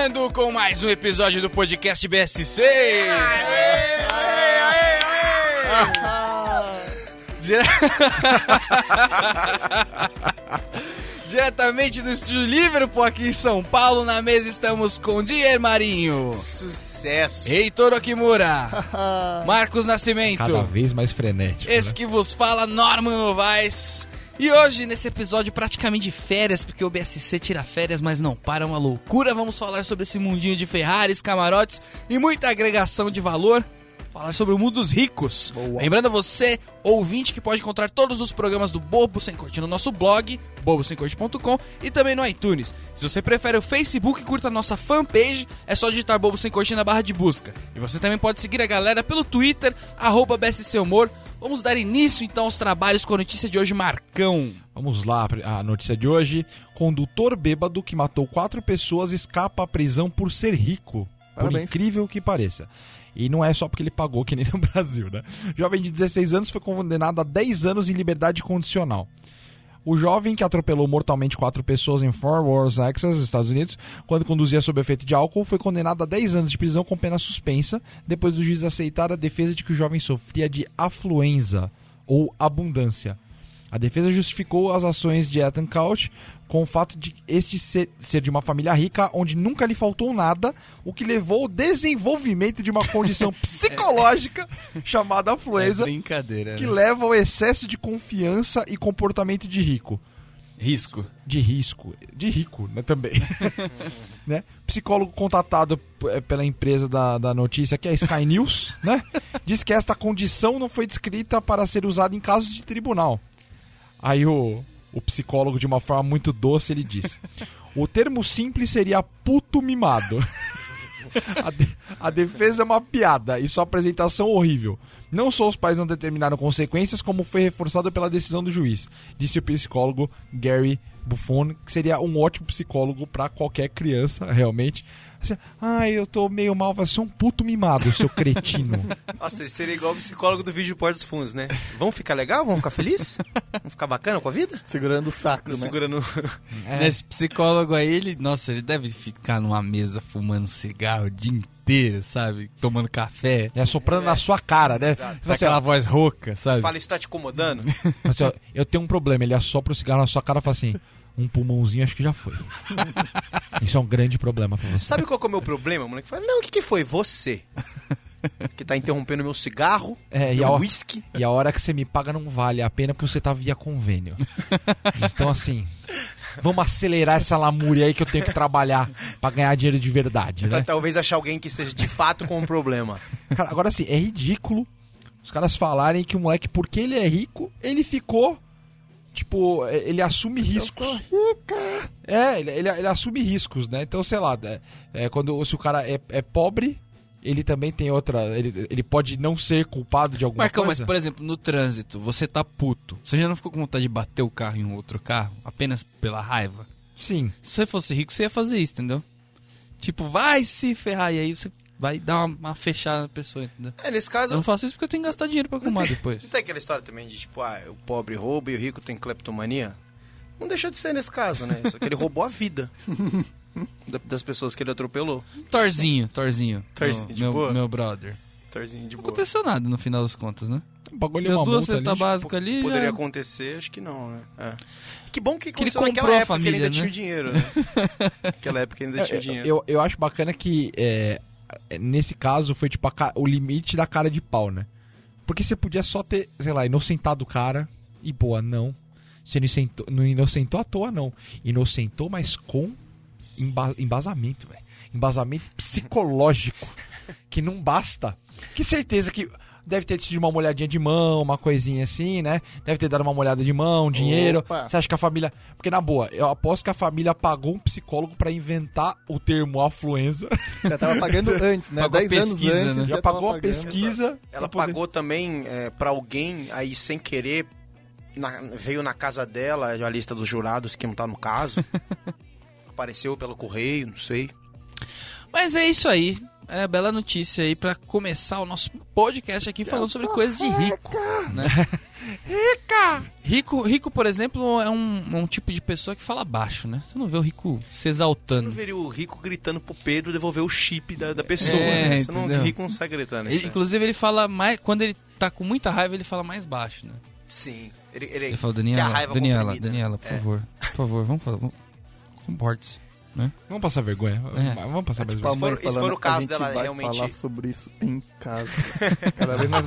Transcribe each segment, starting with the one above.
Chegando com mais um episódio do podcast BSC. Diretamente do estúdio Liverpool, aqui em São Paulo, na mesa estamos com Dier Marinho. Sucesso. Heitor Okimura. Marcos Nascimento. Cada vez mais frenético. Esse que vos fala, Norman Novaes. E hoje, nesse episódio praticamente de férias, porque o BSC tira férias, mas não para, é uma loucura, vamos falar sobre esse mundinho de Ferraris, camarotes e muita agregação de valor. Falar sobre o mundo dos ricos. Boa. Lembrando a você, ouvinte, que pode encontrar todos os programas do Bobo Sem Corte no nosso blog, bobosemcorte.com, e também no iTunes. Se você prefere o Facebook, curta a nossa fanpage, é só digitar Bobo Sem Corte na barra de busca. E você também pode seguir a galera pelo Twitter, @BSCHumor. Vamos dar início então aos trabalhos com a notícia de hoje, Marcão. Vamos lá, a notícia de hoje. Condutor bêbado que matou 4 pessoas escapa à prisão por ser rico. Parabéns. Por incrível que pareça. E não é só porque ele pagou, que nem no Brasil, né? Jovem de 16 anos foi condenado a 10 anos em liberdade condicional. O jovem que atropelou mortalmente 4 pessoas em Fort Worth, Texas, Estados Unidos, quando conduzia sob efeito de álcool, foi condenado a 10 anos de prisão com pena suspensa, depois do juiz aceitar a defesa de que o jovem sofria de afluenza, ou abundância. A defesa justificou as ações de Ethan Couch com o fato de este ser de uma família rica onde nunca lhe faltou nada, o que levou ao desenvolvimento de uma condição psicológica chamada afluenza, que leva ao excesso de confiança e comportamento de rico. De rico, né, também. Né? Psicólogo contatado pela empresa da notícia, que é a Sky News, né, diz que esta condição não foi descrita para ser usada em casos de tribunal. Aí o psicólogo, de uma forma muito doce, ele disse: o termo simples seria puto mimado. A defesa é uma piada e sua apresentação horrível. Não só os pais não determinaram consequências, como foi reforçado pela decisão do juiz, disse o psicólogo Gary Buffon, que seria um ótimo psicólogo para qualquer criança, realmente. Eu tô meio mal, vai ser um puto mimado, seu cretino. Nossa, ele seria igual o psicólogo do vídeo Porta dos Fundos, né? Vamos ficar legal? Vamos ficar feliz? Vamos ficar bacana com a vida? Segurando o saco, né? Segurando... Esse psicólogo aí, ele deve ficar numa mesa fumando cigarro o dia inteiro, sabe? Tomando café. Soprando na sua cara, né? Com aquela voz rouca, sabe? Fala, isso tá te incomodando? Eu tenho um problema, ele assopra o cigarro na sua cara e fala assim: um pulmãozinho acho que já foi. Isso é um grande problema pra você. Sabe qual que é o meu problema? O moleque fala: não, o que foi? Você. Que tá interrompendo meu cigarro, meu whisky. E a hora que você me paga não vale a pena porque você tá via convênio. Então assim, vamos acelerar essa lamúria aí que eu tenho que trabalhar pra ganhar dinheiro de verdade, né? Pra talvez achar alguém que esteja de fato com um problema. Cara, agora assim, é ridículo os caras falarem que o moleque, porque ele é rico, ele ficou... Tipo, ele assume riscos. Eu sou rica. Ele assume riscos, né? Então, sei lá, se o cara é pobre, ele também tem outra... Ele pode não ser culpado de alguma Marcão, coisa. Mas, por exemplo, no trânsito, você tá puto. Você já não ficou com vontade de bater o carro em um outro carro? Apenas pela raiva? Sim. Se você fosse rico, você ia fazer isso, entendeu? Tipo, vai se ferrar. E aí você vai dar uma fechada na pessoa, entendeu? Nesse caso... Eu não faço isso porque eu tenho que gastar dinheiro pra fumar depois. Não tem aquela história também de, tipo, o pobre rouba e o rico tem cleptomania? Não deixou de ser nesse caso, né? Só que ele roubou a vida das pessoas que ele atropelou. Torzinho, de boa? Meu brother. Torzinho de Não boa. aconteceu nada no final das contas, né? Bagulho Deu uma duas multa cestas básicas ali. Poderia já... acontecer, acho que não, né? Que bom que ele aconteceu comprou naquela a época família, que ele ainda né? tinha o dinheiro, né? Naquela época ele ainda tinha o dinheiro. Eu acho bacana que nesse caso foi tipo o limite da cara de pau, né? Porque você podia só ter, sei lá, inocentado o cara e boa, não. Você não inocentou à toa, não. Inocentou, mas com embasamento, velho. Embasamento psicológico. Que não basta. Que certeza que deve ter tido uma molhadinha de mão, uma coisinha assim, né? Deve ter dado uma molhada de mão, dinheiro. Opa. Você acha que a família... Porque, na boa, eu aposto que a família pagou um psicólogo pra inventar o termo afluenza. Já tava pagando antes, né? Pagou 10 anos antes. Né? Já pagou a pesquisa. Ela pagou também pra alguém aí sem querer... veio na casa dela a lista dos jurados que não tá no caso. Apareceu pelo correio, não sei. Mas é isso aí. É bela notícia aí pra começar o nosso podcast aqui falando sobre coisas de rico, né? Rico, por exemplo, é um tipo de pessoa que fala baixo, né? Você não vê o rico se Você exaltando. não veria o Rico gritando pro Pedro devolver o chip da pessoa. É, Né? entendeu? O Rico não sai gritando. Isso Inclusive, ele fala mais... Quando ele tá com muita raiva, ele fala mais baixo, né? Sim. Ele fala, tem a raiva comprimida. Daniela, por favor, vamos falar. Comporte-se. Né? Vamos passar vergonha. Vamos passar mais Tipo, a vergonha. mãe Se for o caso a gente dela vai realmente- falar sobre isso em casa. Cada vez mais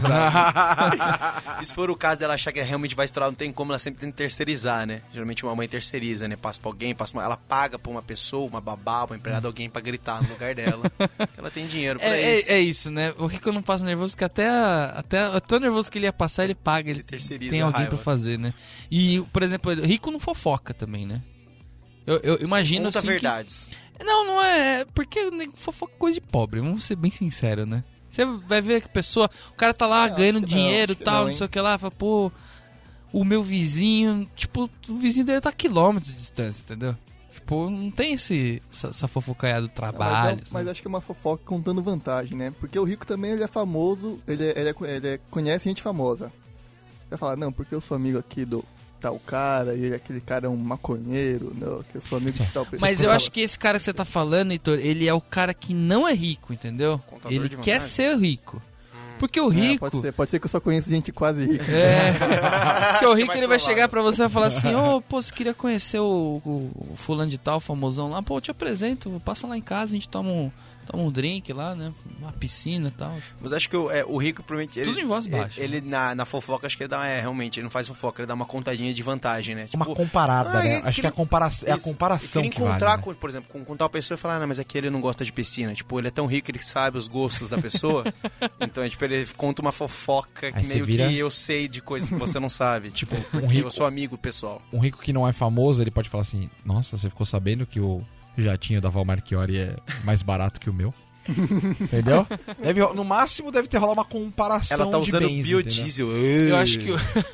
bravo. E se for o caso dela achar que realmente vai estourar, não tem como, ela sempre tem que terceirizar, né? Geralmente uma mãe terceiriza, né? Passa pra alguém, ela paga pra uma pessoa, uma babá, uma empregada, alguém pra gritar no lugar dela. Ela tem dinheiro pra isso. É isso, né? O Rico não passa nervoso, que até tão nervoso que ele ia passar, ele paga, ele terceiriza tem a alguém raiva. pra fazer, né? E, por exemplo, Rico não fofoca também, né? Eu imagino Conta assim verdades. Não é. Porque fofoca é coisa de pobre, vamos ser bem sinceros, né? Você vai ver que a pessoa, o cara tá lá ganhando acho que dinheiro e acho que tal, não, não sei o que lá, fala, pô, o meu vizinho, tipo, o vizinho dele tá a quilômetros de distância, entendeu? Tipo, não tem essa fofocaiada do trabalho. Mas acho que é uma fofoca contando vantagem, né? Porque o Rico também ele é famoso, ele conhece gente famosa. Vai falar, não, porque eu sou amigo aqui do tal cara, e aquele cara é um maconheiro, não, que eu sou amigo de tal pessoa. Mas eu acho que esse cara que você tá falando, Heitor, ele é o cara que não é rico, entendeu? Contador Ele de quer vantagem. ser rico. Porque o rico... Pode ser que eu só conheço gente quase rica. Porque o que é rico mais ele vai provável. chegar pra você e falar assim, pô, você queria conhecer o fulano de tal, famosão lá, pô, eu te apresento, passa lá em casa, a gente toma um drink lá, né, uma piscina e tal. Mas acho que o Rico, provavelmente... Tudo em voz baixa. Ele na fofoca, acho que ele dá... realmente, ele não faz fofoca, ele dá uma contadinha de vantagem, né? Uma comparada, né? ele Acho que é a comparação Ele que queria encontrar, vale, né? por exemplo, com tal pessoa e falar, não, mas aqui ele não gosta de piscina. Tipo, ele é tão rico que ele sabe os gostos da pessoa. Então, tipo, ele conta uma fofoca Aí que você meio vira- que eu sei de coisas que você não sabe. Tipo, porque rico- eu sou amigo pessoal. Um rico que não é famoso, ele pode falar assim, nossa, você ficou sabendo que o jatinho da Val Marchiori é mais barato que o meu? Entendeu? No máximo deve ter rolado uma comparação Ela tá de usando bens, biodiesel. Eu acho que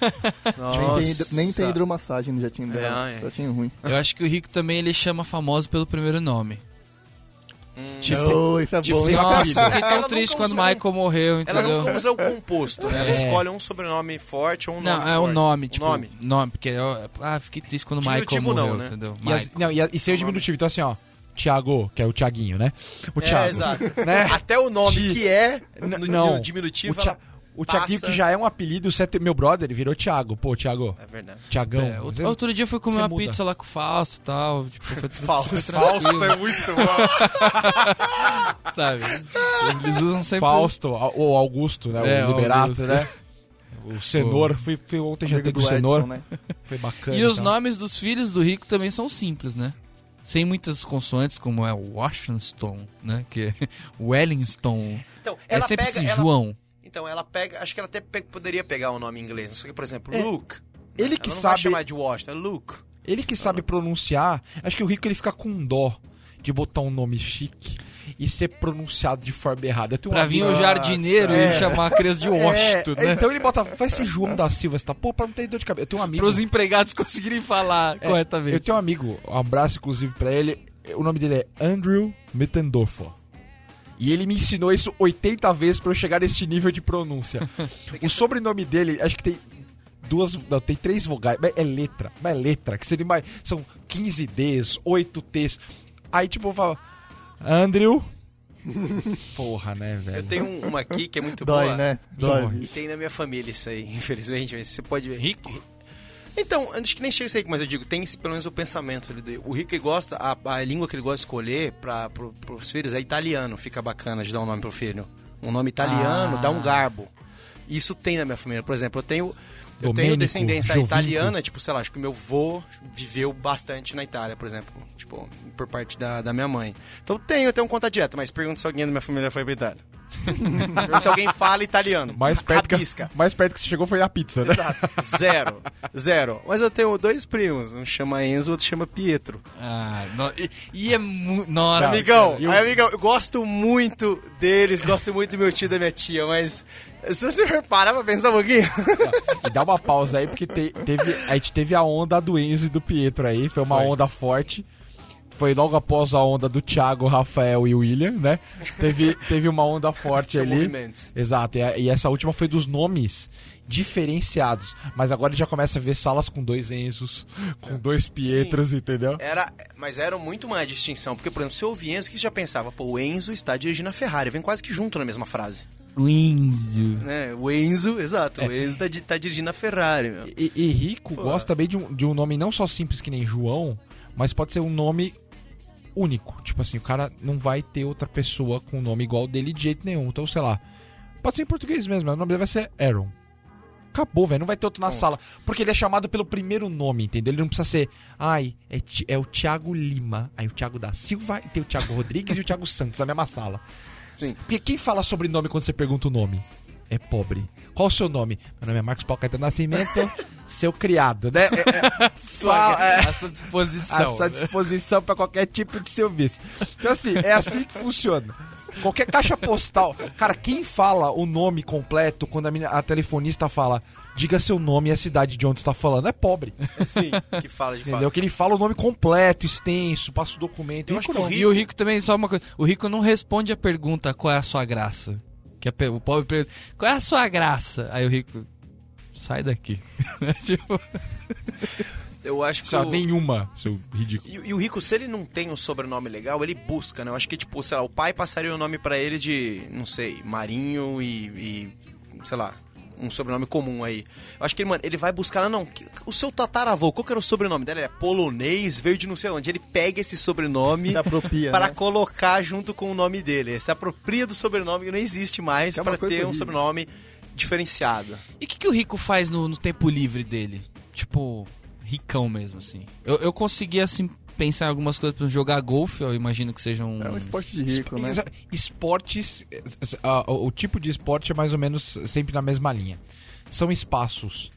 Nem tem hidromassagem no jatinho dela. É. Jatinho ruim. eu acho que o rico também ele chama famoso pelo primeiro nome. Não, isso é tipo, bom. sem hein? apelido. Nossa, fiquei Ela tão nunca triste quando o usou- Michael morreu, Ela entendeu? nunca usa o composto, né? Ela É. escolhe um sobrenome forte ou um nome Não, é o forte. nome, O tipo, nome. porque fiquei triste quando o Michael Diminutivo morreu, não, né? entendeu? E sem o diminutivo, então assim, ó, Thiago, que é o Thiaguinho, né? O É, Thiago, exato. né? Até o nome Ti- que é Não, no diminutivo, o Thiaguinho passa- que já é um apelido, meu brother, ele virou Thiago. Pô, Thiago, É verdade. Thiagão. É, outro dia eu fui comer Você uma muda. pizza lá com o Fausto e tal. Tipo, foi tudo Falso. foi tranquilo, é muito bom. sabe? Eles usam sempre... Fausto, ou Augusto, né? É, O Liberato, Augusto. né? O Senor, fui ontem já Amigo com o do Senor, Edson, né? foi bacana. E os então. nomes dos filhos do rico também são simples, né? Sem muitas consoantes, como é o Washington, né? Que é Wellington. Então, É ela sempre pega... assim, ela- João. Então, ela pega... Acho que ela até poderia pegar o nome em inglês. Só que, por exemplo, É, Luke. ele que ela não vai sabe- chamar de Washington, é Luke. Ele que sabe pronunciar, acho que o rico ele fica com dó de botar um nome chique e ser pronunciado de forma errada. Eu tenho um Pra vir amigo- o jardineiro e chamar a criança de Washington, né? Então ele bota, vai ser João da Silva, tá? Pô, pra não ter dor de cabeça. Eu tenho um amigo. Para os empregados conseguirem falar Eu corretamente. tenho um amigo, um abraço inclusive pra ele. O nome dele é Andrew Mittendorfer. E ele me ensinou isso 80 vezes pra eu chegar nesse nível de pronúncia. O sobrenome dele, acho que tem tem 3 vogais, mas é letra, que seria mais, são 15 Ds, 8 Ts. Aí tipo eu falo, Andrew. Porra, né, velho? Eu tenho uma aqui que é muito Dói, boa. né? Dói. Dói. E tem na minha família isso aí, infelizmente. Mas você pode ver. Rico? Então, acho que nem chega isso aí, mas eu digo, tem pelo menos o pensamento. O rico ele gosta, a língua que ele gosta de escolher pros filhos é italiano. Fica bacana de dar um nome pro filho. Um nome italiano dá um garbo. Isso tem na minha família. Por exemplo, eu tenho Domênico, descendência Giovinco. italiana, tipo, sei lá, acho que meu avô viveu bastante na Itália, por exemplo. Tipo, por parte da minha mãe. Então eu tenho um contato direto, mas pergunta se alguém da minha família foi pra Itália. Pergunta se alguém fala italiano. Mais perto Rabisca. mais perto que você chegou foi a pizza, né? Exato. Zero. Mas eu tenho 2 primos. Um chama Enzo, outro chama Pietro. E é muito... Nossa, Amigão, cara, amigão, eu gosto muito deles, gosto muito do meu tio e da minha tia, mas se você for parar pra pensar um pouquinho... E dá uma pausa aí, porque a gente teve a onda do Enzo e do Pietro aí, foi uma onda forte. foi logo após a onda do Thiago, Rafael e William, né? Teve uma onda forte ali. Movimentos. Exato, e essa última foi dos nomes diferenciados. Mas agora ele já começa a ver salas com 2 Enzos, com 2 Pietros, entendeu? Mas era muito mais distinção. Porque, por exemplo, se eu ouvi Enzo, o que você já pensava? Pô, o Enzo está dirigindo a Ferrari. Vem quase que junto na mesma frase. O Enzo. Né? O Enzo, exato. O Enzo tá dirigindo a Ferrari, meu. E Rico gosta também de um nome não só simples que nem João, mas pode ser um nome único. Tipo assim, o cara não vai ter outra pessoa com um nome igual ao dele de jeito nenhum. Então, sei lá, pode ser em português mesmo, mas o nome dele vai ser Aaron. Acabou, velho, não vai ter outro na sala. Porque ele é chamado pelo primeiro nome, entendeu? Ele não precisa ser, é o Thiago Lima, aí o Thiago da Silva, e tem o Thiago Rodrigues e o Thiago Santos na mesma sala. Sim. Porque quem fala sobrenome quando você pergunta o nome? É pobre. Qual o seu nome? Meu nome é Marcos Paulo Caetano Nascimento, seu criado, né? A sua disposição. A sua disposição pra qualquer tipo de serviço. Então assim, é assim que funciona. Qualquer caixa postal. Cara, quem fala o nome completo quando a telefonista fala diga seu nome e a cidade de onde está falando? É pobre. Sim, que fala de fato. Entendeu? Que ele fala o nome completo, extenso, passa o documento. Eu acho que o Rico... E o Rico também, só uma coisa. O Rico não responde a pergunta qual é a sua graça. Que o pobre pergunta, qual é a sua graça? Aí o Rico, sai daqui. Tipo... Eu acho que nenhuma, seu ridículo. E o Rico, se ele não tem um sobrenome legal, ele busca, né? Eu acho que, tipo, sei lá, o pai passaria o nome pra ele de, não sei, Marinho e sei lá, um sobrenome comum aí. Eu acho que ele, mano, ele vai buscar, não, o seu tataravô, qual que era o sobrenome dele? Ele é polonês, veio de não sei onde. Ele pega esse sobrenome se apropria, para né? colocar junto com o nome dele. Ele se apropria do sobrenome que não existe mais para ter um sobrenome diferenciado. E o que o Rico faz no tempo livre dele? Tipo... Ricão mesmo, assim. Eu consegui, assim, pensar em algumas coisas pra jogar golfe, eu imagino que seja um... É um esporte de rico, né? Esportes, o tipo de esporte é mais ou menos sempre na mesma linha. São espaços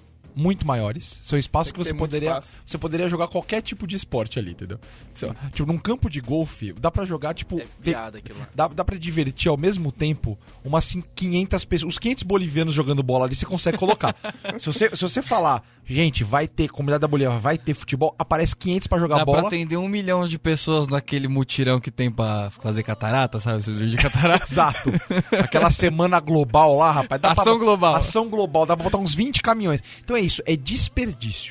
muito maiores, são espaços que você poderia jogar qualquer tipo de esporte ali, entendeu? Tipo, num campo de golfe, dá pra jogar, tipo... piada aquilo lá. Dá pra divertir ao mesmo tempo umas 500 pessoas, os 500 bolivianos jogando bola ali, você consegue colocar. se você falar, gente, vai ter, comunidade da Bolívia, vai ter futebol, aparece 500 pra jogar bola. Dá pra atender 1 milhão de pessoas naquele mutirão que tem pra fazer catarata, sabe? De catarata. Exato. Aquela semana global lá, rapaz. Global. Ação global, dá pra botar uns 20 caminhões. Então é isso, é desperdício.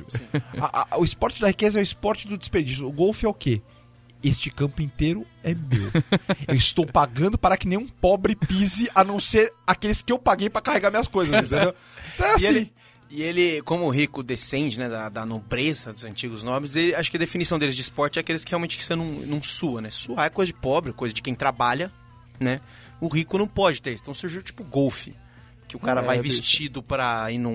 O esporte da riqueza é o esporte do desperdício. O golfe é o quê? Este campo inteiro é meu. Eu estou pagando para que nenhum pobre pise, a não ser aqueles que eu paguei pra carregar minhas coisas, entendeu? Então é assim. E ele, como o Rico descende, né, da nobreza dos antigos nomes, acho que a definição deles de esporte é aqueles que realmente você não sua, né? Suar é coisa de pobre, coisa de quem trabalha, né? O Rico não pode ter isso. Então surgiu tipo golfe. Que o cara vai vestido pra ir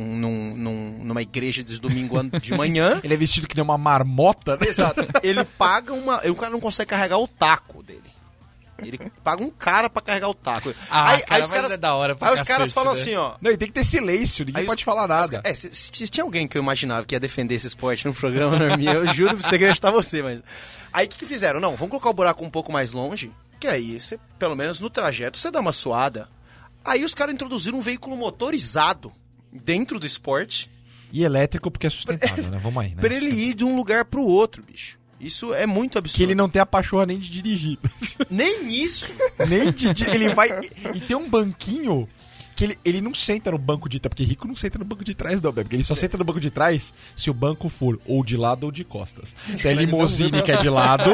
numa igreja de domingo de manhã. Ele é vestido que nem uma marmota, né? Exato. Ele paga o cara não consegue carregar o taco dele. Ele paga um cara pra carregar o taco. Aí os caras, é da hora pra os caras falam, né? Assim, ó... Não, e tem que ter silêncio, ninguém pode falar nada. Se tinha alguém que eu imaginava que ia defender esse esporte no programa, Norminha, eu juro pra você que ia estar você, mas... Aí o que fizeram? Não, vamos colocar o buraco um pouco mais longe, que aí, você, pelo menos no trajeto, você dá uma suada. Aí os caras introduziram um veículo motorizado dentro do esporte. E elétrico porque é sustentável, né? Vamos aí, né? Pra ele ir de um lugar pro outro, bicho. Isso é muito absurdo. Que ele não tem a pachorra nem de dirigir. Nem isso. Nem de ele vai... E tem um banquinho que ele não senta no banco de trás. Porque rico não senta no banco de trás, não, porque ele só senta no banco de trás se o banco for ou de lado ou de costas. Tem a limousine que é de lado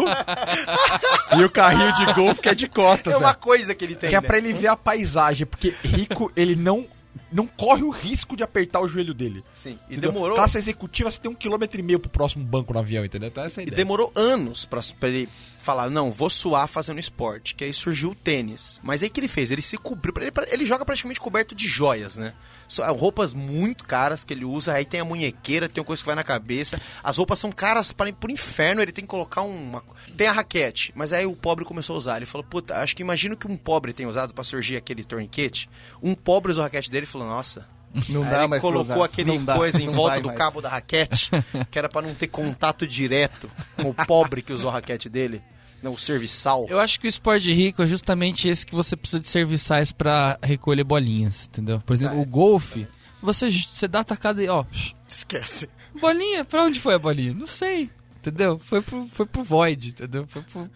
e o carrinho de golfe que é de costas. É uma coisa que ele tem, que é pra ele ver a paisagem. Porque rico, ele não corre o risco de apertar o joelho dele. Sim. E entendeu? demorou... Classe executiva, você tem 1,5 km pro próximo banco no avião, entendeu? Então essa é a ideia. E demorou anos pra ele falar, não, vou suar fazendo esporte. Que aí surgiu o tênis. Mas aí o que ele fez? Ele se cobriu. Ele joga praticamente coberto de joias, né? Roupas muito caras que ele usa. Aí tem a munhequeira, tem uma coisa que vai na cabeça. As roupas são caras por inferno. Ele tem que colocar uma... Tem a raquete. Mas aí o pobre começou a usar. Ele falou, puta, acho que imagino que um pobre tenha usado pra surgir aquele torniquete. Um pobre usou a raquete dele e falou, nossa... Não aí dá ele mais colocou aquele coisa em volta do mais. cabo da raquete, que era pra não ter contato direto com o pobre que usou a raquete dele. Não, o serviçal. Eu acho que o esporte rico é justamente esse que você precisa de serviçais pra recolher bolinhas, entendeu? Por exemplo, o golfe, você dá a tacada e ó... Esquece. Bolinha? Pra onde foi a bolinha? Não sei. entendeu? Foi pro void, entendeu? Foi pro...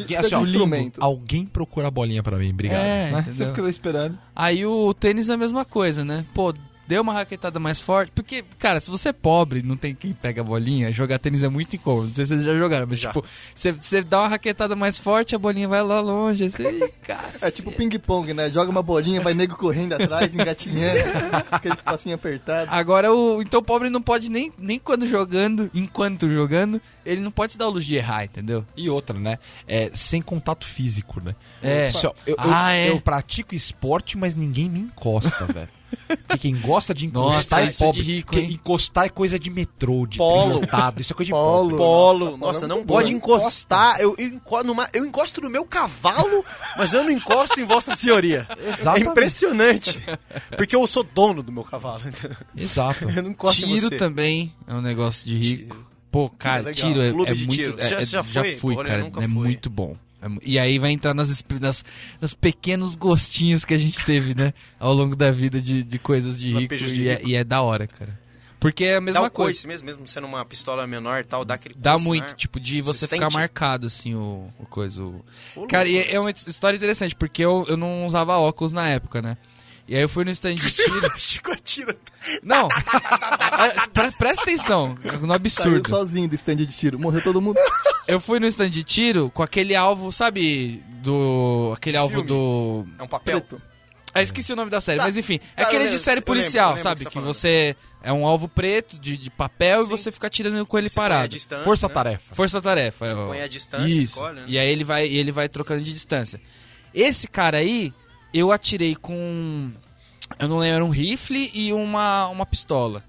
Alguém procura a bolinha pra mim, obrigado. Né? Você fica lá esperando. Aí o tênis é a mesma coisa, né? Pô, deu uma raquetada mais forte. Porque, cara, se você é pobre, não tem quem pega a bolinha, jogar tênis é muito incômodo. Não sei se vocês já jogaram, mas tipo, você dá uma raquetada mais forte, a bolinha vai lá longe. Assim, é tipo ping-pong, né? Joga uma bolinha, vai nego correndo atrás, engatilhando, aquele espacinho apertado. Agora, então o pobre não pode nem enquanto jogando, ele não pode se dar o luxo de errar, entendeu? E outra, né? Sem contato físico, né? É. Eu pratico esporte, mas ninguém me encosta, velho. E quem gosta de encostar é pobre. De rico, encostar é coisa de metrô, de polo. pilotado. Isso é coisa de polo. Nossa, não pode encostar. Eu encosto no meu cavalo, mas eu não encosto em Vossa Senhoria. Exatamente. É impressionante. Porque eu sou dono do meu cavalo. Exato. Eu não encosto em Tiro você. também é um negócio de rico. Pô, cara, tiro é Clube de muito... tiro. Já foi? Já fui, Olha, cara. nunca É fui. muito bom. E aí vai entrar nos pequenos gostinhos que a gente teve, né? Ao longo da vida de coisas de rico. E é da hora, cara. Porque é a mesma coisa. Mesmo sendo uma pistola menor e tal, dá aquele Dá coice, muito, né? tipo, de você ficar sente? marcado, assim, o coisa. Cara, e é uma história interessante, porque eu não usava óculos na época, né? E aí eu fui no stand de tiro. Ficou atirando. Não! Presta atenção, no absurdo. Saiu sozinho do stand de tiro, morreu todo mundo. Eu fui no stand de tiro com aquele alvo, sabe? Aquele alvo do... É um papel. Preto. Esqueci o nome da série, mas enfim. É eu aquele lembro, de série eu policial, lembro sabe? que você tá Que falando. você... É um alvo preto de papel e você fica atirando com ele Você põe a parado. distância, Força-tarefa. Força-tarefa. Você põe a distância, Isso. escolhe, né? E aí ele vai trocando de distância. Esse cara aí, eu atirei com... Eu não lembro, era um rifle e uma pistola.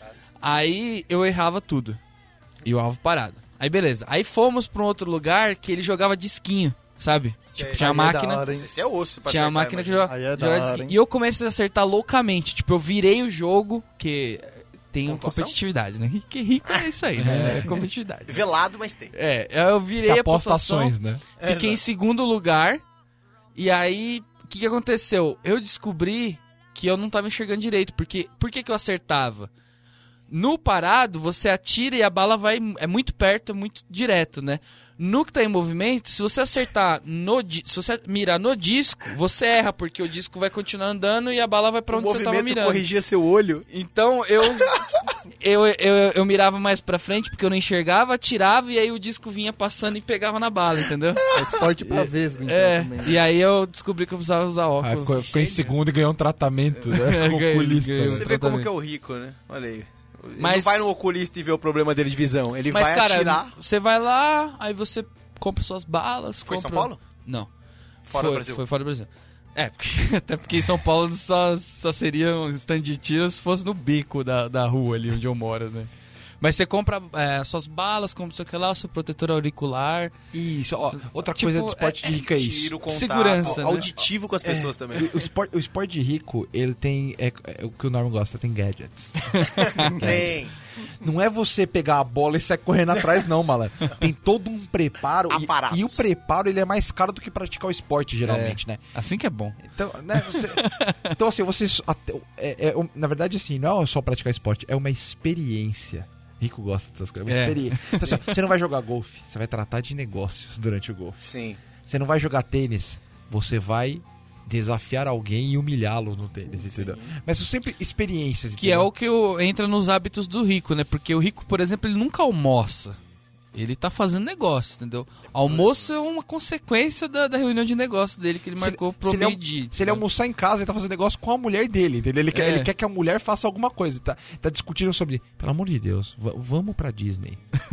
Aí eu errava tudo. E o alvo parado. Aí beleza. Aí fomos pra um outro lugar que ele jogava disquinho, sabe? Tipo, tinha a máquina... Esse é osso pra Tinha a acertar, máquina que imagina. jogava, Aí é da jogava hora, disquinho. hein? E eu comecei a acertar loucamente. Tipo, eu virei o jogo, que tem Pontuação? competitividade, né? Que rico é isso aí, né? É competitividade. Velado, mas tem. Eu virei Se a aposta pontuação, ações, né? fiquei em segundo lugar. E aí, o que aconteceu? Eu descobri que eu não tava enxergando direito. Porque, por que eu acertava? No parado, você atira e a bala vai... É muito perto, é muito direto, né? No que tá em movimento, se você acertar se você mirar no disco, você erra, porque o disco vai continuar andando e a bala vai pra onde você tava movimento mirando. corrigia seu olho. Então eu mirava mais pra frente porque eu não enxergava, atirava e aí o disco vinha passando e pegava na bala, entendeu? É forte pra vesgo, então, também. E aí eu descobri que eu precisava usar Aí óculos. ficou em segundo e ganhou um tratamento, né? Com o Ganhei, oculista. ganhei. né? Você vê como que é o rico, né? Olha aí. Ele Mas- não vai no oculista e vê o problema dele de visão. Ele Mas, vai cara, atirar. você vai lá, aí você compra suas balas. Foi em compra... São Paulo? Não. Fora do Brasil? Foi fora do Brasil. Até porque em São Paulo só seria um stand de tiro se fosse no bico da rua ali onde eu moro, né? Mas você compra suas balas, compra sei lá, o seu protetor auricular. Isso, ó, outra Tipo, coisa do esporte de rico é isso. Tiro, contato, Segurança, né? auditivo com as pessoas também. O esporte de rico, ele tem... É o que o Norman gosta, tem gadgets. Tem. Não é você pegar a bola e sair correndo atrás, não, malandro. Tem todo um preparo. Aparatos. E o preparo, ele é mais caro do que praticar o esporte, geralmente, né? Assim que é bom. Então, né, então assim, você... na verdade, assim, não é só praticar esporte, é uma experiência. Rico gosta dessas coisas. É uma experiência. Então, assim, você não vai jogar golfe, você vai tratar de negócios durante o golfe. Sim. Você não vai jogar tênis, você vai desafiar alguém e humilhá-lo no tênis, entendeu? Mas são sempre experiências, Que é o que entra nos hábitos do rico, né? Porque o rico, por exemplo, ele nunca almoça. Ele tá fazendo negócio, entendeu? Almoço é uma consequência da reunião de negócio dele que ele marcou pro meio-dia. Se ele almoçar em casa, ele tá fazendo negócio com a mulher dele, entendeu? Ele quer que a mulher faça alguma coisa. Tá discutindo sobre... Pelo amor de Deus, vamos pra Disney.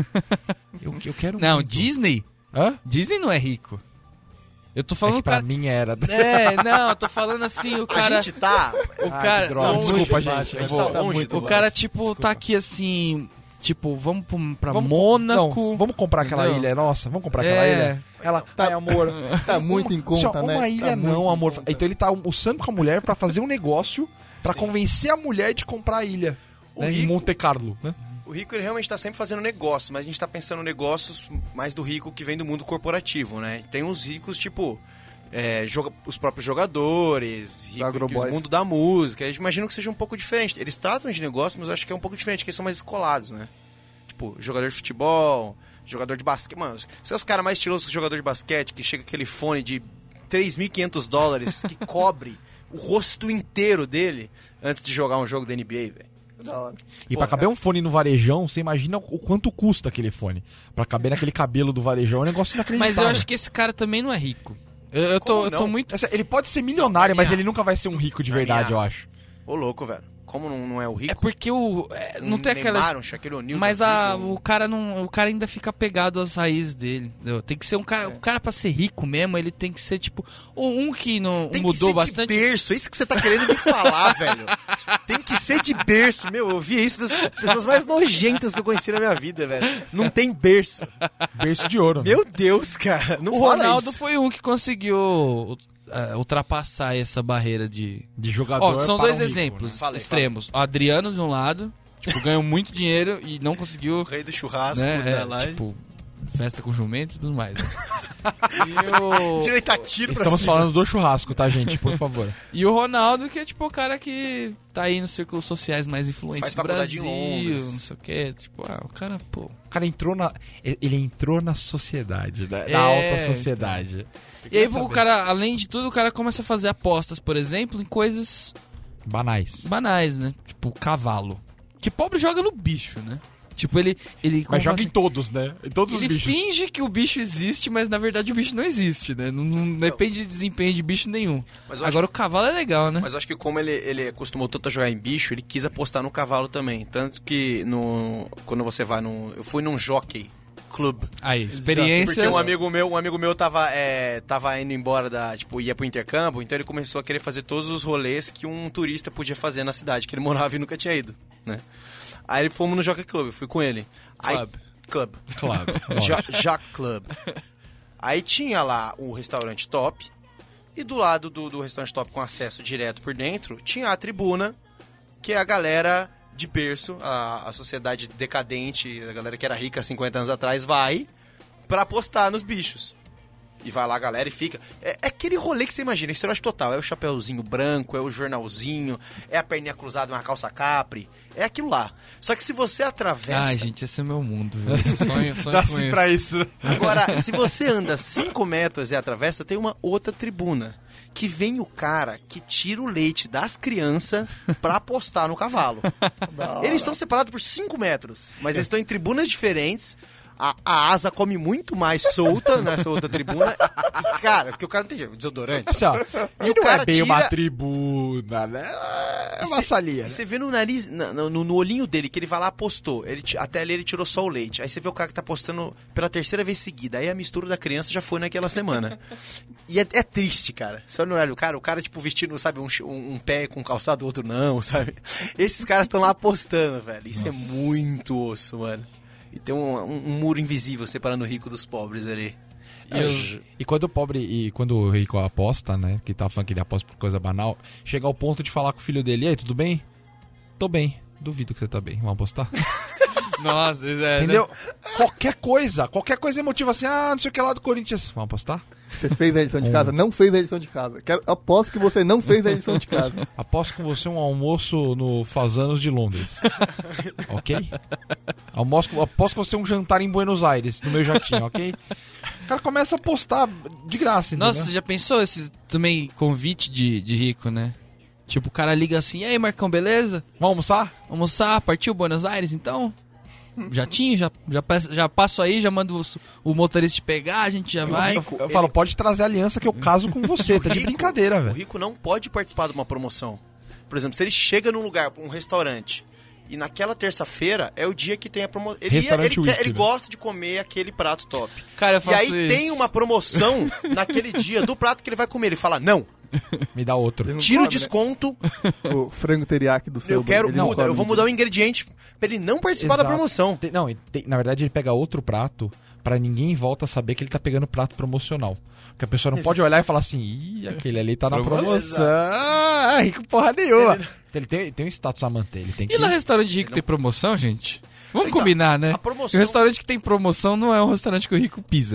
eu quero Não, muito. Disney? Hã? Disney não é rico. Eu tô falando É que pra mim era... não, eu tô falando assim, o cara... A gente tá... O cara... droga, não, desculpa, longe, gente. A gente eu vou- tá longe o do cara, tipo, tá aqui assim... Tipo, vamos pra Vamos- Mônaco... não, vamos comprar aquela Entendeu? ilha, nossa, vamos comprar aquela ilha. Ela, ai, amor. Tá muito em conta, Uma né? ilha Tá muito não, em amor. conta. Então ele tá almoçando com a mulher pra fazer um negócio, pra Sim. convencer a mulher de comprar a ilha. O Né, em rico- Monte Carlo, né? O rico, ele realmente tá sempre fazendo negócio, mas a gente tá pensando negócios mais do rico que vem do mundo corporativo, né? Tem os ricos, tipo... os próprios jogadores, rico, Agroboys. o mundo da música. Eu imagino que seja um pouco diferente. Eles tratam de negócio, mas eu acho que é um pouco diferente, porque eles são mais escolados, né? tipo, jogador de futebol, jogador de basquete. Mano, você é os caras mais estilosos que jogador de basquete, que chega aquele fone de $3.500 que cobre o rosto inteiro dele antes de jogar um jogo da NBA, velho. Da hora. E pra caber um fone no varejão, você imagina o quanto custa aquele fone. Pra caber naquele cabelo do varejão é um negócio inacreditável. Mas eu acho que esse cara também não é rico. Eu tô muito... Ele pode ser milionário, mas ele nunca vai ser um rico de verdade, eu acho. Ô, louco, velho. Como não é o rico? É porque não tem aquelas... Um Shaquille O'Neal Mas da vida, o cara ainda fica pegado às raízes dele. Entendeu? Tem que ser um cara... O cara pra ser rico mesmo, ele tem que ser tipo... Um que não tem mudou que ser bastante. De berço, é isso que você tá querendo me falar, velho. Tem que ser de berço. Meu, eu vi isso das pessoas mais nojentas que eu conheci na minha vida, velho. Não tem berço. Berço de ouro. Meu Deus, cara. Não O fala Ronaldo isso. foi um que conseguiu... ultrapassar essa barreira de jogador. são para dois um rico, exemplos né? Fala aí, extremos. O Adriano de um lado, tipo, ganhou muito dinheiro e não conseguiu, O rei do churrasco, né, da live. tipo, festa com jumento e tudo mais. Né? E Direito a tiro pra Estamos cima. falando do churrasco, tá, gente? Por favor. o Ronaldo, que é tipo o cara que tá aí nos círculos sociais mais influentes Faz do faculdade Brasil, em Londres. não sei o que. Tipo, o cara, pô... O cara ele entrou na sociedade, na É, alta sociedade. E aí o cara, além de tudo, o cara começa a fazer apostas, por exemplo, em coisas Banais. banais, né? Tipo, cavalo. Que pobre joga no bicho, né? Tipo, ele Mas joga assim, em todos, né? Em todos os ele bichos. finge que o bicho existe, mas na verdade o bicho não existe, né? Não depende de desempenho de bicho nenhum. Mas eu Agora o cavalo é legal, né? Mas eu acho que como ele acostumou tanto a jogar em bicho, ele quis apostar no cavalo também. Tanto que quando você vai eu fui num jockey club. Aí, experiências... Porque um amigo meu tava indo embora ia pro intercâmbio, então ele começou a querer fazer todos os rolês que um turista podia fazer na cidade, que ele morava e nunca tinha ido, né? Aí fomos no Jockey Club, eu fui com ele. Club. Claro. Jockey Club. Aí tinha lá o restaurante top, e do lado do restaurante top com acesso direto por dentro, tinha a tribuna, que é a galera de berço, a sociedade decadente, a galera que era rica há 50 anos atrás, vai pra apostar nos bichos. E vai lá a galera e fica... É aquele rolê que você imagina, estereótipo total. É o chapéuzinho branco, é o jornalzinho, é a perninha cruzada, uma calça capri. É aquilo lá. Só que se você atravessa... Ai, gente, esse é o meu mundo, velho. Sonho Nasce com pra isso. isso. Agora, se você anda 5 metros e atravessa, tem uma outra tribuna. Que vem o cara que tira o leite das crianças pra apostar no cavalo. Eles estão separados por 5 metros, mas eles estão em tribunas diferentes. A asa come muito mais solta nessa outra tribuna. E, cara, porque o cara não tem desodorante. Assim, ó, E o não cara é bem tira... uma tribuna, né? É uma salinha. E você vê no nariz, no olhinho dele, que ele vai lá apostou. Até ali ele tirou só o leite. Aí você vê o cara que tá apostando pela 3ª vez seguida. Aí a mistura da criança já foi naquela semana. E é triste, cara. Você olha no olho do cara tipo vestindo, sabe, um pé com calçado, o outro não, sabe? Esses caras estão lá apostando, velho. Isso é muito osso, mano. E tem um muro invisível separando o rico dos pobres ali. E quando o rico aposta, né? Que tá falando que ele aposta por coisa banal, chega ao ponto de falar com o filho dele: e aí, tudo bem? Tô bem. Duvido que você tá bem. Vamos apostar? Nossa, Entendeu? Qualquer coisa é motivo assim, não sei o que lá do Corinthians. Vamos apostar? Você fez a lição de casa? Não fez a lição de casa. Aposto que você não fez a lição de casa. Aposto com você um almoço no Fazanos de Londres. Ok? Aposto com você um jantar em Buenos Aires, no meu jatinho, ok? O cara começa a apostar de graça, entendeu? Nossa, você já pensou esse também convite de rico, né? Tipo, o cara liga assim: e aí, Marcão, beleza? Vamos almoçar? Almoçar, partiu Buenos Aires, então? Jatinho, já passo aí, já mando o motorista te pegar, a gente já vai. Eu falo, pode trazer aliança que eu caso com você, tá de brincadeira, O velho. rico não pode participar de uma promoção. Por exemplo, se ele chega num lugar, um restaurante, e naquela terça-feira é o dia que tem a promoção. Ele gosta de comer aquele prato top. Cara, eu faço e aí isso. tem uma promoção naquele dia do prato que ele vai comer. Ele fala, não, Me dá outro. Não tira o come, né? desconto, O frango teriyaki do seu. eu quero ele não mudar, come eu vou mudar o ingrediente pra ele não participar da Exato. promoção. Na verdade ele pega outro prato pra ninguém em volta saber que ele tá pegando prato promocional. Porque a pessoa não pode olhar e falar assim, ih, aquele ali tá na promoção. Ah, rico porra nenhuma. Ele tem um status a manter, ele tem que... E lá restaurante rico tem promoção, gente? Vamos Então, combinar, né? a promoção- O restaurante que tem promoção não é um restaurante que o rico pisa, né?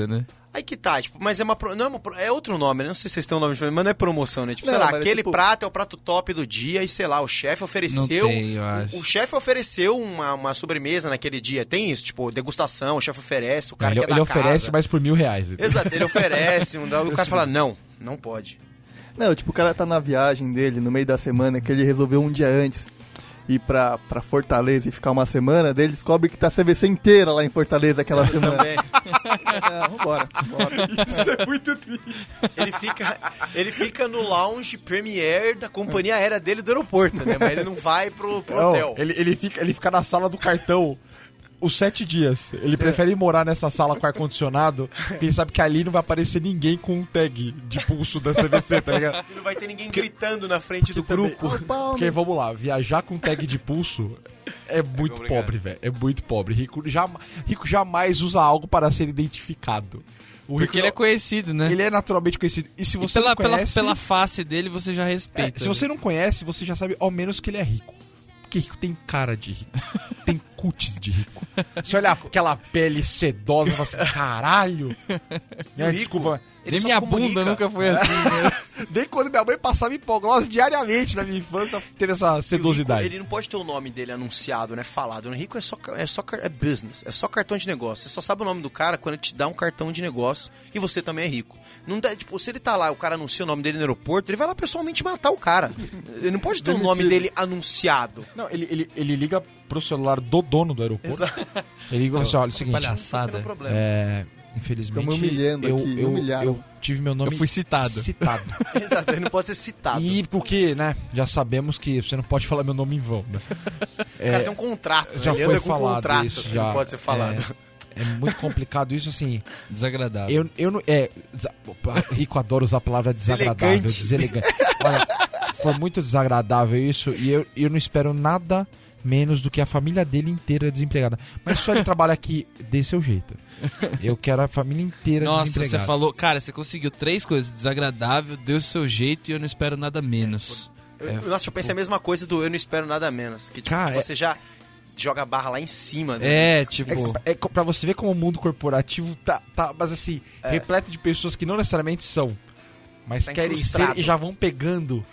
Aí que tá, tipo, mas é outro nome, né? Não sei se vocês têm um nome diferente, mas não é promoção, né? Tipo, Não, sei lá, mas aquele tipo... prato é o prato top do dia e, sei lá, o chefe ofereceu... Não tem, eu acho. O chefe ofereceu uma sobremesa naquele dia. Tem isso, tipo, degustação, o chefe oferece, o cara que é da ele casa. oferece, mas por R$1.000. Exato, ele oferece, e o cara fala, não pode. Não, tipo, o cara tá na viagem dele, no meio da semana, que ele resolveu um dia antes ir pra Fortaleza e ficar uma semana, daí ele descobre que tá a CVC inteira lá em Fortaleza aquela semana. Também. Vambora. Isso é muito triste. Ele fica no lounge premier da companhia aérea dele do aeroporto, né? Mas ele não vai pro hotel. Ele fica na sala do cartão os 7 dias. Ele prefere morar nessa sala com ar-condicionado, porque ele sabe que ali não vai aparecer ninguém com um tag de pulso da CVC, tá ligado? E não vai ter ninguém gritando na frente do grupo. Porque, vamos lá, viajar com tag de pulso é muito pobre, velho. É muito pobre. Rico jamais usa algo para ser identificado. Porque ele é conhecido, né? Ele é naturalmente conhecido. E se você não conhece... pela face dele, você já respeita. Se você não conhece, você já sabe ao menos que ele é rico. Porque rico tem cara de rico. Tem cutis de rico. Você olha aquela pele sedosa e fala assim, caralho. Desculpa. Nem minha bunda nunca foi assim, né? Nem quando minha mãe passava hipoglose diariamente na minha infância, teve essa sedosidade. Ele não pode ter o nome dele anunciado, né? Falado. O rico é business, é só cartão de negócio. Você só sabe o nome do cara quando ele te dá um cartão de negócio e você também é rico. Não dá, tipo, se ele tá lá, o cara anuncia o nome dele no aeroporto, ele vai lá pessoalmente matar o cara. Ele não pode ter o nome dele anunciado. Não, ele liga pro celular do dono do aeroporto. Exato. Ele liga assim, olha, é o seguinte... Palhaçada. Infelizmente, Estão me humilhando aqui, me humilharam. eu tive meu nome Eu fui citado. Exato, ele não pode ser citado. E porque, né, já sabemos que você não pode falar meu nome em vão, né? O cara tem um contrato, já ele foi anda com falado um contrato, isso, que já não pode ser falado. É muito complicado isso, assim. Desagradável. Eu não... Rico adora usar a palavra desagradável, deselegante. Olha, foi muito desagradável isso e eu não espero nada menos do que a família dele inteira desempregada. Mas só ele trabalha aqui, dê seu jeito. Eu quero a família inteira desempregada. Nossa, você falou... Cara, você conseguiu 3 coisas. Desagradável, deu o seu jeito e eu não espero nada menos. Nossa, eu pensei a mesma coisa do eu não espero nada menos. Que tipo, cara, você já joga a barra lá em cima. Né? Tipo... Pra você ver como o mundo corporativo tá mas assim, repleto de pessoas que não necessariamente são, mas tá querem ser e já vão pegando.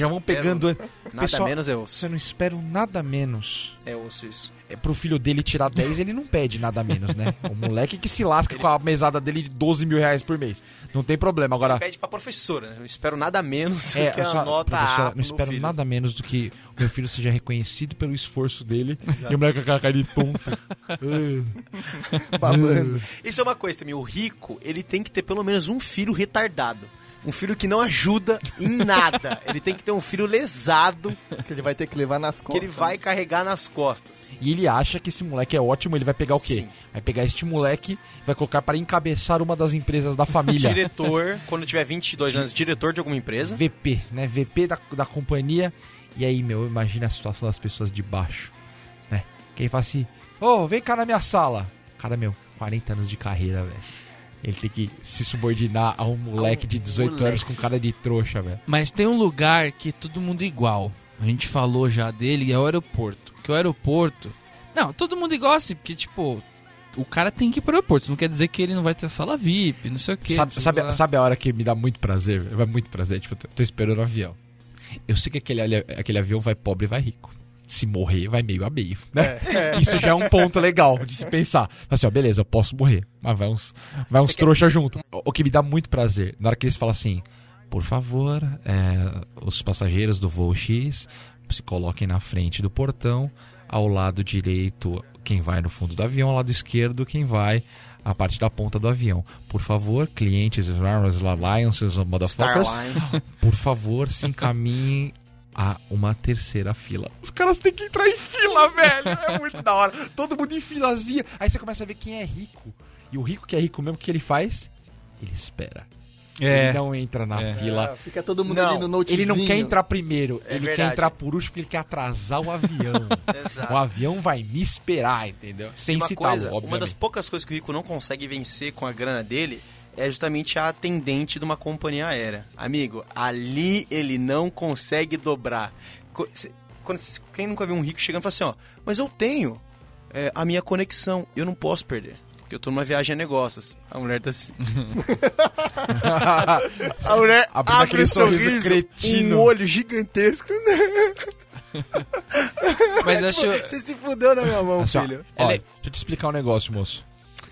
Nada pessoal, menos é osso. Você não espera nada menos. É osso isso. Pro filho dele tirar 10, ele não pede nada menos, né? O moleque que se lasca com a mesada dele de 12 mil reais por mês. Não tem problema. Agora... Ele pede pra professora, né? Eu espero nada menos do que a nota A. Não espero nada menos do que o meu filho seja reconhecido pelo esforço dele. E o moleque com aquela cara de tonto. Isso é uma coisa também. O rico, ele tem que ter pelo menos um filho retardado. Um filho que não ajuda em nada. Ele tem que ter um filho lesado. Que ele vai ter que levar nas costas. Que ele vai carregar nas costas. E ele acha que esse moleque é ótimo, ele vai pegar o quê? Sim. Vai pegar este moleque e vai colocar para encabeçar uma das empresas da família. Diretor, quando tiver 22 anos, diretor de alguma empresa. VP, né? VP da companhia. E aí, imagina a situação das pessoas de baixo, né? Quem fala assim, vem cá na minha sala. Cara, 40 anos de carreira, velho. Ele tem que se subordinar a um moleque de 18 anos com cara de trouxa, velho. Mas tem um lugar que todo mundo é igual. A gente falou já dele, é o aeroporto. Que o aeroporto... Não, todo mundo igual assim, porque, tipo... O cara tem que ir pro aeroporto. Isso não quer dizer que ele não vai ter sala VIP, não sei o quê. Sabe a hora que me dá muito prazer? Vai muito prazer. Tipo, eu tô esperando o avião. Eu sei que aquele avião vai pobre e vai rico. Se morrer, vai meio a meio, né? Isso já é um ponto legal de se pensar. Assim, beleza, eu posso morrer, mas vai uns trouxa junto. O que me dá muito prazer, na hora que eles falam assim, por favor, os passageiros do voo X se coloquem na frente do portão, ao lado direito quem vai no fundo do avião, ao lado esquerdo quem vai a parte da ponta do avião. Por favor, clientes, Alliances, motherfuckers, por favor, se encaminhem a uma terceira fila. Os caras têm que entrar em fila, velho. É muito da hora. Todo mundo em filazinha. Aí você começa a ver quem é rico. E o rico que é rico mesmo, o que ele faz? Ele espera. Ele não entra na fila. Fica todo mundo ali no notezinho. Ele não quer entrar primeiro. Ele quer entrar por último porque ele quer atrasar o avião. Exato. O avião vai me esperar, entendeu? Sem citá-lo, obviamente. Uma das poucas coisas que o rico não consegue vencer com a grana dele é justamente a atendente de uma companhia aérea. Amigo, ali ele não consegue dobrar. Quem nunca viu um rico chegando e fala assim, mas eu tenho a minha conexão, eu não posso perder. Porque eu tô numa viagem a negócios. A mulher tá assim. A mulher abre o sorriso, cretino. um olho gigantesco. Mas tipo, acho... você se fudeu na minha mão, assim, filho. Ó, deixa eu te explicar um negócio, moço.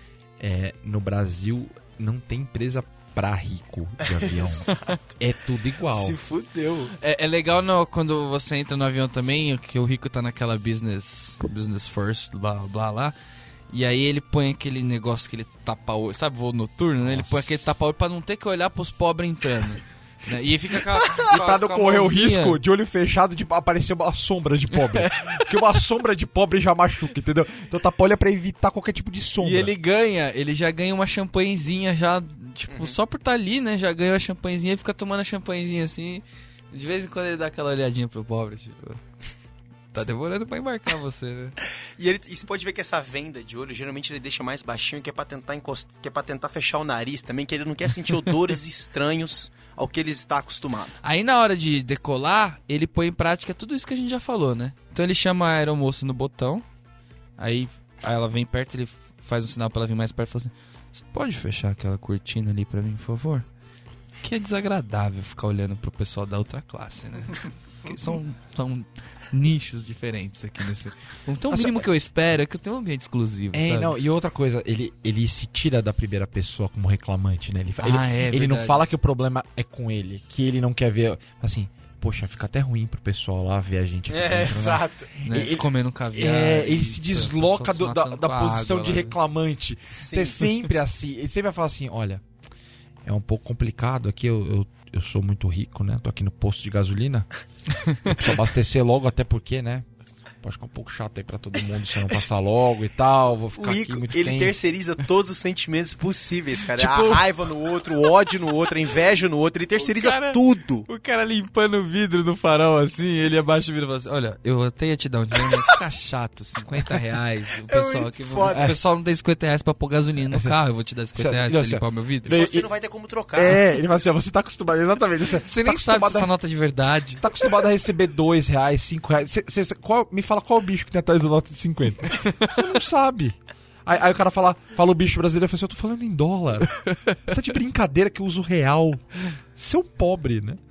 No Brasil não tem empresa pra rico de avião. É tudo igual. Se fudeu. É legal quando você entra no avião também, que o rico tá naquela business first, blá blá lá. E aí ele põe aquele negócio que ele tapa o olho, sabe, voo noturno, né? Ele põe aquele tapa o olho pra não ter que olhar pros pobres entrando. Né? E fica com a, pra não correr o risco de olho fechado de aparecer uma sombra de pobre. Porque uma sombra de pobre já machuca, entendeu? Então tapa o olho é pra evitar qualquer tipo de sombra. E ele já ganha uma champanhezinha já, tipo, só por estar ali, né? Já ganha uma champanhezinha e fica tomando a champanhezinha assim. De vez em quando ele dá aquela olhadinha pro pobre, tipo... Tá demorando pra embarcar você, né? E você pode ver que essa venda de olho, geralmente ele deixa mais baixinho, que é pra tentar fechar o nariz também, que ele não quer sentir odores estranhos ao que ele está acostumado. Aí na hora de decolar, ele põe em prática tudo isso que a gente já falou, né? Então ele chama a aeromoça no botão, aí ela vem perto, ele faz um sinal pra ela vir mais perto e fala assim: você pode fechar aquela cortina ali pra mim, por favor? Que é desagradável ficar olhando pro pessoal da outra classe, né? Porque são nichos diferentes aqui nesse... Então o mínimo que eu espero é que eu tenha um ambiente exclusivo, sabe? Não, e outra coisa, ele se tira da primeira pessoa como reclamante, né? Ele não verdade. fala que o problema é com ele, que ele não quer ver, assim, poxa, fica até ruim pro pessoal lá ver a gente aqui dentro, exato. Né? Ele comendo caviar. Ele se desloca da posição água, de lá, reclamante. Sim. É sempre assim. Ele sempre vai falar assim, olha, é um pouco complicado aqui, eu sou muito rico, né? Tô aqui no posto de gasolina. Eu preciso abastecer logo, até porque, né? Pode ficar um pouco chato aí pra todo mundo se eu não passar logo e tal. Vou ficar aqui muito tempo. Ele terceiriza todos os sentimentos possíveis, cara. Tipo... A raiva no outro, o ódio no outro, a inveja no outro. Ele terceiriza tudo. O cara limpando o vidro do farol assim, ele abaixa o vidro e fala assim: olha, eu até ia te dar um dinheiro, mas fica chato, R$50. O pessoal, muito foda. O pessoal não tem R$50 pra pôr gasolina no carro, eu vou te dar R$50 pra limpar o meu vidro. Você não vai ter como trocar. Ele fala assim, você tá acostumado, exatamente. Você nem sabe essa nota de verdade. Tá acostumado a receber R$2, R$5. Me fala qual o bicho que tem atrás da nota de 50. Você não sabe. Aí o cara fala o bicho brasileiro, eu falo assim, eu tô falando em dólar. Você tá de brincadeira que eu uso real. Você é um pobre, né?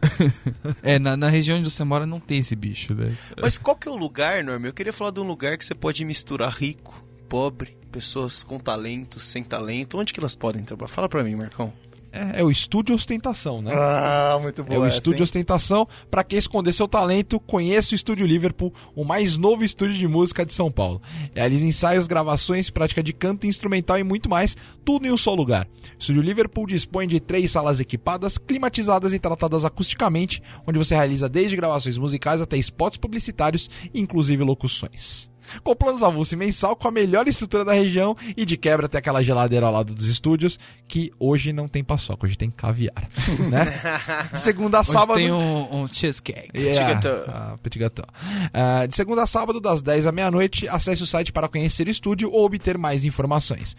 Na região onde você mora não tem esse bicho, né? Mas qual que é o lugar, Norma? Eu queria falar de um lugar que você pode misturar rico, pobre, pessoas com talento, sem talento. Onde que elas podem trabalhar? Fala pra mim, Marcão. É o estúdio ostentação, né? Ah, muito bom. É o estúdio ostentação. Pra quem esconder seu talento, conheça o Estúdio Liverpool, o mais novo estúdio de música de São Paulo. Realiza ensaios, gravações, prática de canto, instrumental e muito mais, tudo em um só lugar. O Estúdio Liverpool dispõe de 3 salas equipadas, climatizadas e tratadas acusticamente, onde você realiza desde gravações musicais até spots publicitários, inclusive locuções. Com planos avulso e mensal, com a melhor estrutura da região e de quebra até aquela geladeira ao lado dos estúdios, que hoje não tem paçoca, hoje tem caviar, né? De segunda a sábado... Hoje tem um cheesecake. Petit gâteau. De segunda a sábado, das 10 à meia-noite, acesse o site para conhecer o estúdio ou obter mais informações.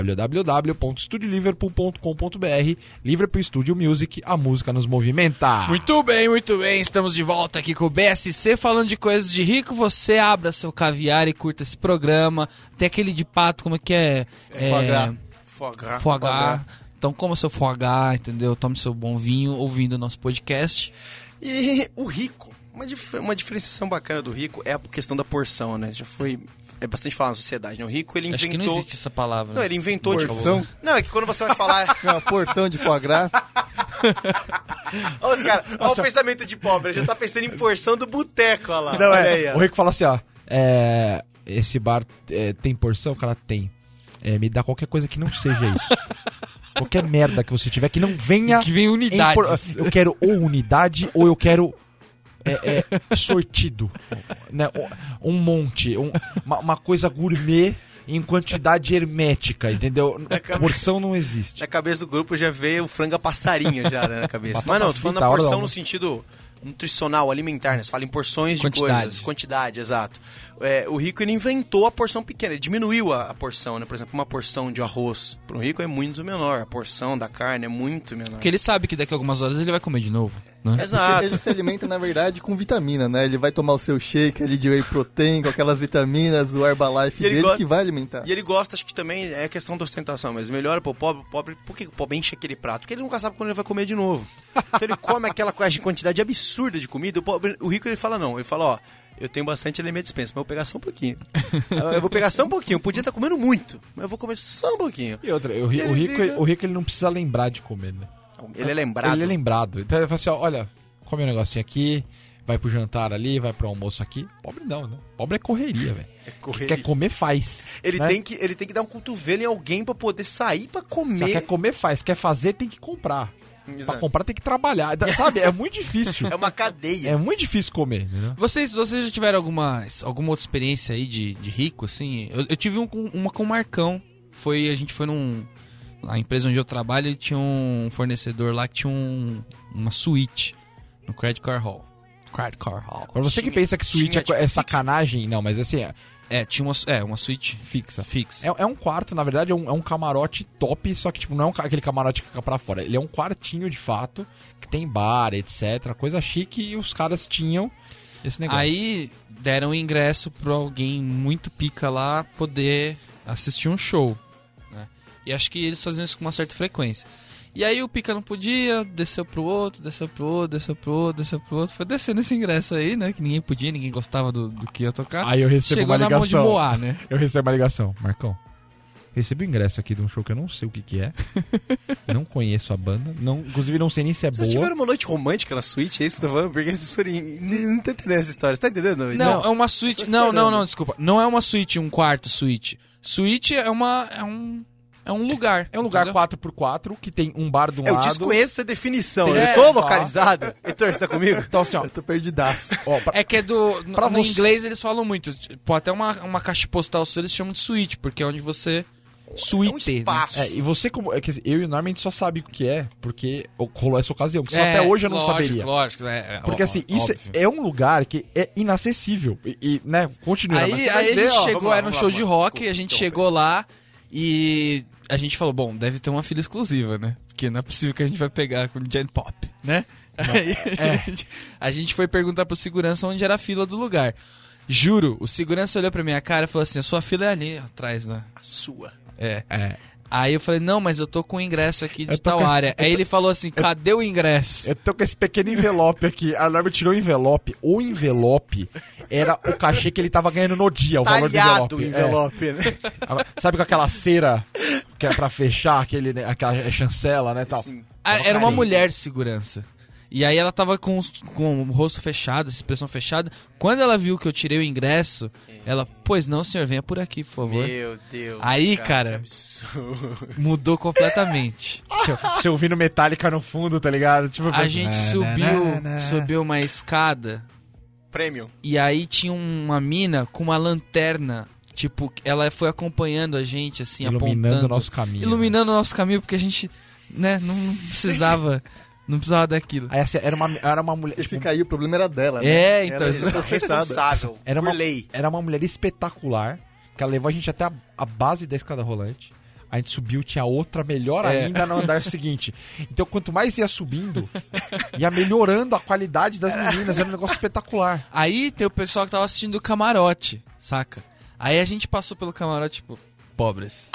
www.studioliverpool.com.br. Liverpool Studio Music, a música nos movimenta. Muito bem, muito bem. Estamos de volta aqui com o BSC, falando de coisas de rico. Você abra seu caviar e curta esse programa. Tem aquele de pato, como é que é? Foie gras. Então coma seu foie gras, entendeu? Tome seu bom vinho ouvindo o nosso podcast. E o rico, uma diferenciação bacana do rico é a questão da porção, né? Já foi... É bastante falado na sociedade, né? O rico, ele inventou... Acho que não existe essa palavra. Não, ele inventou... Porção? Não, é que quando você vai falar... Uma porção de foie gras. Olha os caras, olha o pensamento de pobre. Já tá pensando em porção do boteco, olha lá. Não, olha aí, ó. O rico fala assim, ó... esse bar tem porção? O cara tem. Me dá qualquer coisa que não seja isso. Qualquer merda que você tiver, que não venha... Que venha unidades. Eu quero ou unidade, ou eu quero... sortido, né? Um monte, uma coisa gourmet em quantidade hermética, entendeu? Porção não existe. Na cabeça do grupo já veio o frango a passarinho já, né, na cabeça. Mas não, tô falando da porção no sentido nutricional, alimentar, né? Você fala em porções de coisas. Quantidade, exato. O rico, ele inventou a porção pequena, ele diminuiu a porção, né? Por exemplo, uma porção de arroz para um rico é muito menor, a porção da carne é muito menor. Porque ele sabe que daqui a algumas horas ele vai comer de novo. né? Exato. Ele se alimenta, na verdade, com vitamina, né? Ele vai tomar o seu shake ali de whey protein, com aquelas vitaminas, o Herbalife E ele dele, gosta- que vai alimentar. E ele gosta, acho que também é questão da ostentação, mas melhor pro pobre, por que o pobre enche aquele prato? Porque ele nunca sabe quando ele vai comer de novo. Então ele come aquela quantidade absurda de comida, o rico ele fala não, ele fala, ó, eu tenho bastante ali na minha dispensa, mas eu vou pegar só um pouquinho. Eu vou pegar só um pouquinho, eu podia estar comendo muito, mas eu vou comer só um pouquinho. E outra, o rico ele não precisa lembrar de comer, né? Ele é lembrado. Ele é lembrado. Então ele fala assim, ó, olha, come um negocinho aqui, vai pro jantar ali, vai pro almoço aqui. Pobre não, né? Pobre é correria, velho. correria. Quer comer, faz. Ele, né? tem que dar um cotovelo em alguém pra poder sair pra Já comer. quer comer, faz. Quer fazer, tem que comprar. Pra Exato. comprar, tem que trabalhar. Sabe? É muito difícil. É uma cadeia. É muito difícil comer, entendeu? Vocês já tiveram alguma outra experiência aí de rico, assim? Eu tive uma com o Marcão. A gente foi a empresa onde eu trabalho, ele tinha um fornecedor lá que tinha uma suíte no Credit Card Hall. Credit Card Hall. Pra você que pensa que suíte tinha, tipo, é fixo. sacanagem, não, mas assim, Tinha uma suíte fixa. fixa. É um quarto, na verdade, é um camarote top, só que tipo, não é aquele camarote que fica pra fora. Ele é um quartinho de fato, que tem bar, etc. Coisa chique, e os caras tinham esse negócio. Aí deram ingresso pra alguém muito pica lá poder assistir um show, né? E acho que eles faziam isso com uma certa frequência. E aí o pica não podia, desceu pro outro, desceu pro outro, desceu pro outro, desceu pro outro. Foi descendo esse ingresso aí, né? Que ninguém podia, ninguém gostava do que ia tocar. Aí eu recebo Chegou uma na ligação. mão de Moá, né? Eu recebo uma ligação. Marcão, recebi o ingresso aqui de um show que eu não sei o que é. Não conheço a banda. Inclusive não sei nem se é Vocês boa. tiveram uma noite romântica na suíte? É isso que eu tô falando? Porque vocês foram... Não tô entendendo essa história. Você tá entendendo? Não, é uma suíte. Não, desculpa. Não é uma suíte, um quarto suíte. Suíte é um lugar. É um lugar entendeu? 4x4 que tem um bar do Eu lado. desconheço essa definição. É, eu tô localizado. Heitor, você tá comigo? Então assim, ó. Eu tô perdidaço. ó É que é do. Pra No você- inglês eles falam muito. Pô, até uma caixa postal sua eles chamam de suíte, porque é onde você. Suíte. É um espaço. e você, como. É que eu e o Norman a gente só sabe o que é, porque rolou essa ocasião. Porque até hoje eu não saberia. Lógico, Porque assim, isso é um lugar que é inacessível. Né, continua. mas Aí você a vai ver, gente ó, chegou, vamos lá, era um vamos show lá, de vamos lá. rock, Desculpa, a gente interromper. chegou lá e a gente falou, bom, deve ter uma fila exclusiva, né? Porque não é possível que a gente vai pegar com Gen Pop, né? Aí a gente foi perguntar pro segurança onde era a fila do lugar. Juro, o segurança olhou pra minha cara e falou assim, a sua fila é ali atrás, né? A sua. É. Aí eu falei, não, mas eu tô com o ingresso aqui de Eu tô tal com- área. Aí ele falou assim, cadê o ingresso? Eu tô com esse pequeno envelope aqui. A Norma tirou o envelope. O envelope era o cachê que ele tava ganhando no dia, o valor do Talhado envelope. o envelope, né? Sabe com aquela cera que é pra fechar, aquela chancela, né, tal. Sim. Era uma mulher de segurança. E aí ela tava com o rosto fechado, expressão fechada. Quando ela viu que eu tirei o ingresso, ela, pois não, senhor, venha por aqui, por favor. Meu Deus. Aí, que cara, absurdo. mudou completamente. Você ouvindo Metallica no fundo, tá ligado? Tipo, A gente subiu uma escada Premium. e aí tinha uma mina com uma lanterna. Tipo, ela foi acompanhando a gente, assim, iluminando apontando. o nosso caminho. Iluminando o nosso caminho, porque a gente, né, não precisava... Não precisava daquilo. Aí assim, era uma mulher. Esse Tipo, cair, o problema era dela, né? É, então, Ela exato. era processada. Responsável. era por uma, lei. era uma mulher espetacular, que ela levou a gente até a base da escada rolante. A gente subiu, tinha outra melhor ainda no andar seguinte. Então, quanto mais ia subindo, ia melhorando a qualidade das meninas. Era um negócio espetacular. Aí tem o pessoal que tava assistindo o camarote, saca? Aí a gente passou pelo camarote, tipo, pobres.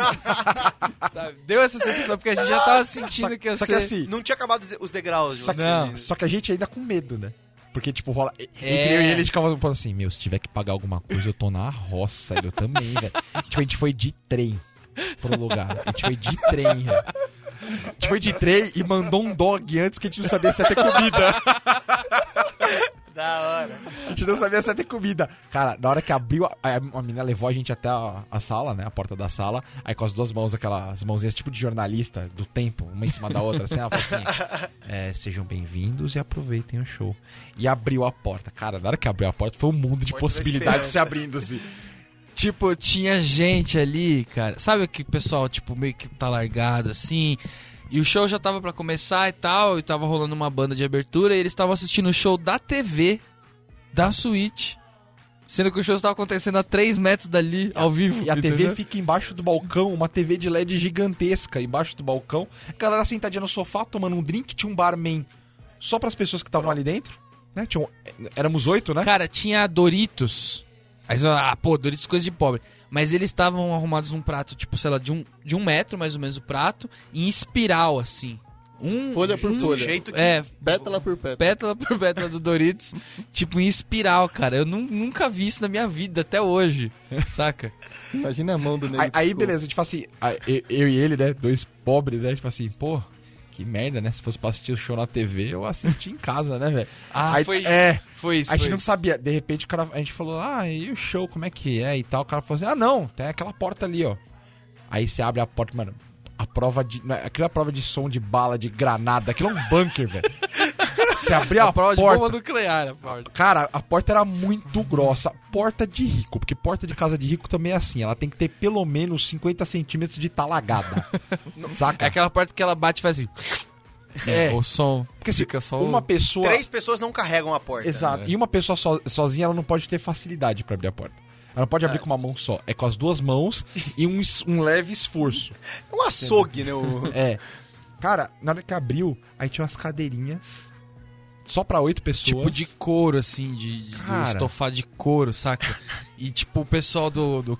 Sabe? Deu essa sensação, porque a gente já tava sentindo que ia Só ser... que assim, Não tinha acabado os degraus de só, você. Não. só que a gente ainda com medo, né? Porque, tipo, rola. Entre É. eu e ele, a gente ficava falando assim: meu, se tiver que pagar alguma coisa, eu tô na roça. Eu também, velho. Tipo, a gente foi de trem pro lugar. A gente foi de trem, velho. A gente foi de trem e mandou um dog antes que a gente não sabia se ia ter comida. Da hora. A gente não sabia se ia ter comida. Cara, na hora que abriu, a menina levou a gente até a sala, né? A porta da sala. Aí com as duas mãos, aquelas mãozinhas tipo de jornalista do tempo, uma em cima da outra, assim. Ela falou assim: sejam bem-vindos e aproveitem o show. E abriu a porta. Cara, na hora que abriu a porta, foi um mundo de Porta da possibilidades se esperança. abrindo, assim. Tipo, tinha gente ali, cara. Sabe que o pessoal, tipo, meio que tá largado, assim... E o show já tava pra começar e tal, e tava rolando uma banda de abertura, e eles estavam assistindo o show da TV, da suíte, sendo que o show estava acontecendo a 3 metros dali, ao vivo. E a TV entendeu? fica embaixo do balcão, uma TV de LED gigantesca embaixo do balcão. A galera sentadinha no sofá, tomando um drink, tinha um barman só pras pessoas que estavam ali dentro, né? Éramos 8, né? Cara, tinha Doritos. Aí você fala, Doritos coisa de pobre. Mas eles estavam arrumados num prato, tipo, sei lá, de um metro mais ou menos o prato, em espiral, assim. Folha por folha. Jeito que... Pétala por pétala. Pétala por pétala do Doritos, tipo, em espiral, cara. Eu nunca vi isso na minha vida, até hoje, saca? Imagina a mão do nego. Aí beleza, tipo assim, eu e ele, né? 2 pobres, né? Tipo assim, pô, que merda, né? Se fosse pra assistir o show na TV, eu assisti em casa, né, velho? Foi isso. Foi isso. A gente não sabia, de repente a gente falou, e o show, como é que é e tal? O cara falou assim, não, tem aquela porta ali, ó. Aí você abre a porta, mano, aquela prova de som de bala, de granada, aquilo é um bunker, velho. Você abrir a prova porta... de bomba nuclear, a porta. Cara, a porta era muito grossa. Porta de rico, porque porta de casa de rico também é assim. Ela tem que ter pelo menos 50 centímetros de talagada. Saca? É aquela porta que ela bate e faz assim... o som. Porque assim, fica só uma pessoa... 3 pessoas não carregam a porta. Exato. E uma pessoa sozinha, ela não pode ter facilidade pra abrir a porta. Ela não pode abrir com uma mão só. É com as 2 mãos e um leve esforço. É um açougue, né? Cara, na hora que abriu, aí tinha umas cadeirinhas só pra 8 pessoas. Tipo de couro, assim, de estofado de couro, saca? E tipo, o pessoal do